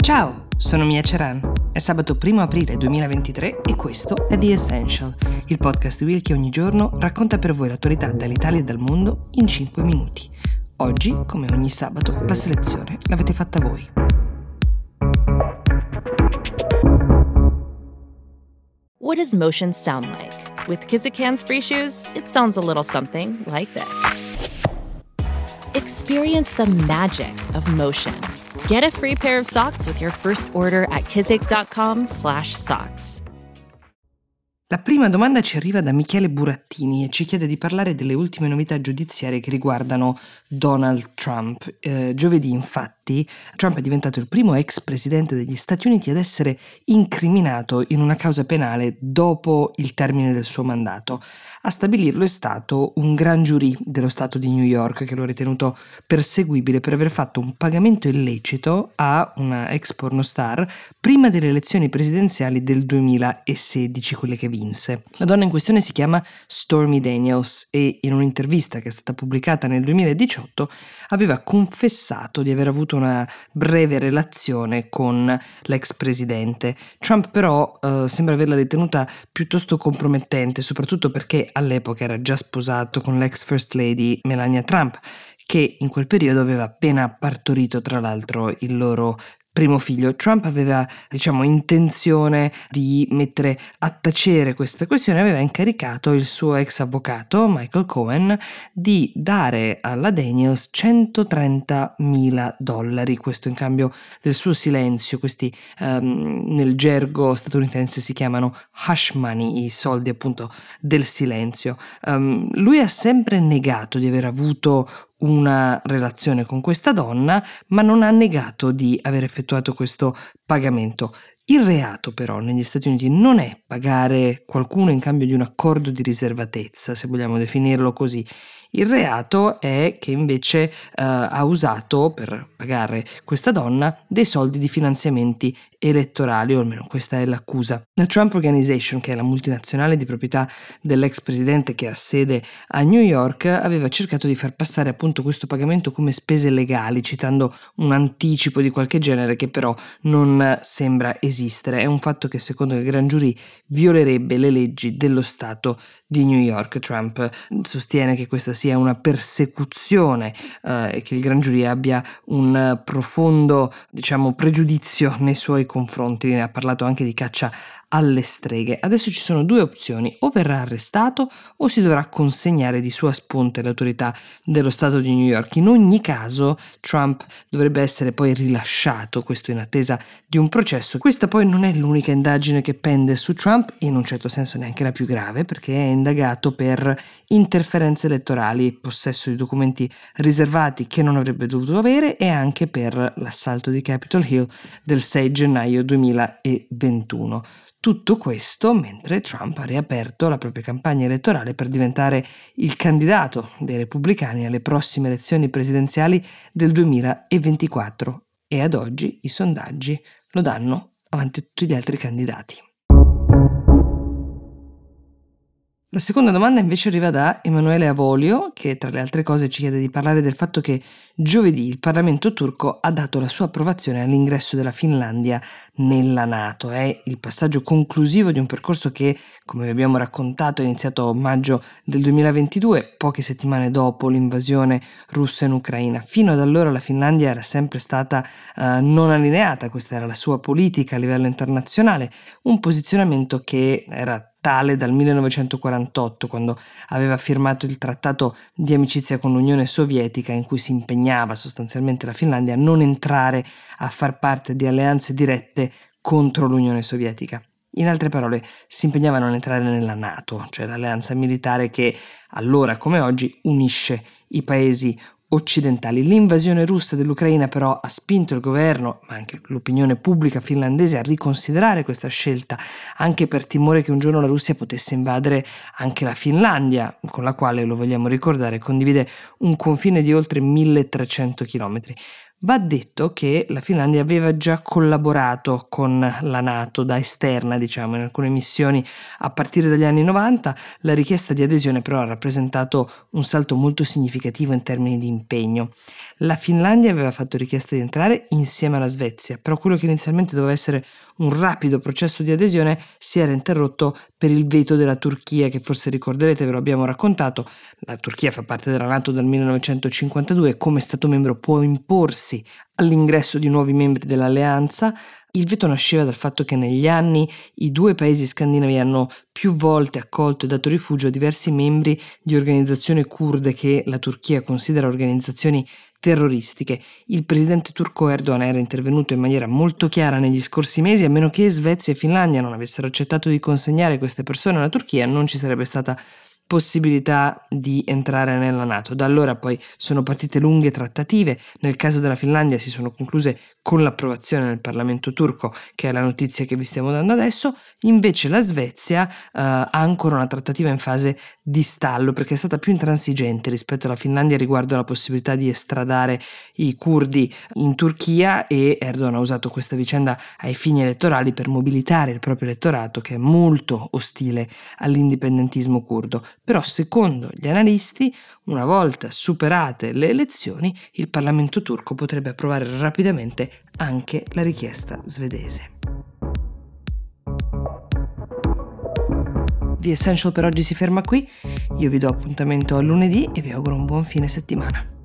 Ciao, sono Mia Ceran. È sabato 1 aprile 2023 e questo è The Essential, il podcast di Will che ogni giorno racconta per voi l'attualità dall'Italia e dal mondo in 5 minuti. Oggi, come ogni sabato, la selezione l'avete fatta voi. What does motion sound like? With Kizik hands-free shoes, it sounds a little something like this. Experience the magic of motion. Get a free pair of socks with your first order at kizik.com/socks. La prima domanda ci arriva da Michele Burattini e ci chiede di parlare delle ultime novità giudiziarie che riguardano Donald Trump. Giovedì, infatti, Trump è diventato il primo ex presidente degli Stati Uniti ad essere incriminato in una causa penale dopo il termine del suo mandato. A stabilirlo è stato un gran giurì dello Stato di New York che lo ha ritenuto perseguibile per aver fatto un pagamento illecito a una ex pornostar prima delle elezioni presidenziali del 2016, quelle che vinse. La donna in questione si chiama Stormy Daniels e in un'intervista che è stata pubblicata nel 2018 aveva confessato di aver avuto una breve relazione con l'ex presidente. Trump però sembra averla ritenuta piuttosto compromettente, soprattutto perché all'epoca era già sposato con l'ex First Lady Melania Trump, che in quel periodo aveva appena partorito tra l'altro il loro primo figlio. Trump aveva, intenzione di mettere a tacere questa questione, aveva incaricato il suo ex avvocato Michael Cohen di dare alla Daniels $130,000, questo in cambio del suo silenzio. Questi nel gergo statunitense si chiamano hush money, i soldi appunto del silenzio. Lui ha sempre negato di aver avuto una relazione con questa donna, ma non ha negato di aver effettuato questo pagamento. Il reato però negli Stati Uniti non è pagare qualcuno in cambio di un accordo di riservatezza, se vogliamo definirlo così. Il reato è che invece ha usato per pagare questa donna dei soldi di finanziamenti elettorali, o almeno questa è l'accusa. La Trump Organization, che è la multinazionale di proprietà dell'ex presidente che ha sede a New York, aveva cercato di far passare appunto questo pagamento come spese legali, citando un anticipo di qualche genere che però non sembra esistere. È un fatto che secondo il gran giurì violerebbe le leggi dello Stato di New York. Trump sostiene che questa sia una persecuzione e che il gran giurì abbia un profondo, pregiudizio nei suoi confronti. Ne ha parlato anche di caccia alle streghe. Adesso ci sono due opzioni: o verrà arrestato o si dovrà consegnare di sua sponte alle autorità dello Stato di New York. In ogni caso Trump dovrebbe essere poi rilasciato, questo in attesa di un processo. Questa poi non è l'unica indagine che pende su Trump, in un certo senso neanche la più grave, perché è indagato per interferenze elettorali, possesso di documenti riservati che non avrebbe dovuto avere e anche per l'assalto di Capitol Hill del 6 gennaio 2021. Tutto questo mentre Trump ha riaperto la propria campagna elettorale per diventare il candidato dei repubblicani alle prossime elezioni presidenziali del 2024 e ad oggi i sondaggi lo danno avanti a tutti gli altri candidati. La seconda domanda invece arriva da Emanuele Avolio, che tra le altre cose ci chiede di parlare del fatto che giovedì il Parlamento turco ha dato la sua approvazione all'ingresso della Finlandia nella NATO. È il passaggio conclusivo di un percorso che, come vi abbiamo raccontato, è iniziato a maggio del 2022, poche settimane dopo l'invasione russa in Ucraina. Fino ad allora la Finlandia era sempre stata non allineata, questa era la sua politica a livello internazionale, un posizionamento che era tale dal 1948, quando aveva firmato il trattato di amicizia con l'Unione Sovietica, in cui si impegnava sostanzialmente la Finlandia a non entrare a far parte di alleanze dirette contro l'Unione Sovietica. In altre parole, si impegnava a non entrare nella NATO, cioè l'alleanza militare che allora come oggi unisce i paesi occidentali. L'invasione russa dell'Ucraina però ha spinto il governo, ma anche l'opinione pubblica finlandese, a riconsiderare questa scelta, anche per timore che un giorno la Russia potesse invadere anche la Finlandia, con la quale, lo vogliamo ricordare, condivide un confine di oltre 1300 chilometri. Va detto che la Finlandia aveva già collaborato con la NATO da esterna, diciamo, in alcune missioni a partire dagli anni 90. La richiesta di adesione però ha rappresentato un salto molto significativo in termini di impegno. La Finlandia aveva fatto richiesta di entrare insieme alla Svezia, però quello che inizialmente doveva essere un rapido processo di adesione si era interrotto per il veto della Turchia, che forse ricorderete, ve lo abbiamo raccontato. La Turchia fa parte della NATO dal 1952 e come Stato membro può imporsi all'ingresso di nuovi membri dell'alleanza. Il veto nasceva dal fatto che negli anni i due paesi scandinavi hanno più volte accolto e dato rifugio a diversi membri di organizzazioni curde che la Turchia considera organizzazioni terroristiche. Il presidente turco Erdogan era intervenuto in maniera molto chiara negli scorsi mesi: a meno che Svezia e Finlandia non avessero accettato di consegnare queste persone alla Turchia, non ci sarebbe stata possibilità di entrare nella NATO. Da allora poi sono partite lunghe trattative. Nel caso della Finlandia si sono concluse con l'approvazione nel Parlamento turco, che è la notizia che vi stiamo dando adesso. Invece la Svezia ha ancora una trattativa in fase di stallo, perché è stata più intransigente rispetto alla Finlandia riguardo alla possibilità di estradare i curdi in Turchia, e Erdogan ha usato questa vicenda ai fini elettorali per mobilitare il proprio elettorato, che è molto ostile all'indipendentismo curdo. Però secondo gli analisti, una volta superate le elezioni, il Parlamento turco potrebbe approvare rapidamente anche la richiesta svedese. The Essential per oggi si ferma qui. Io vi do appuntamento a lunedì e vi auguro un buon fine settimana.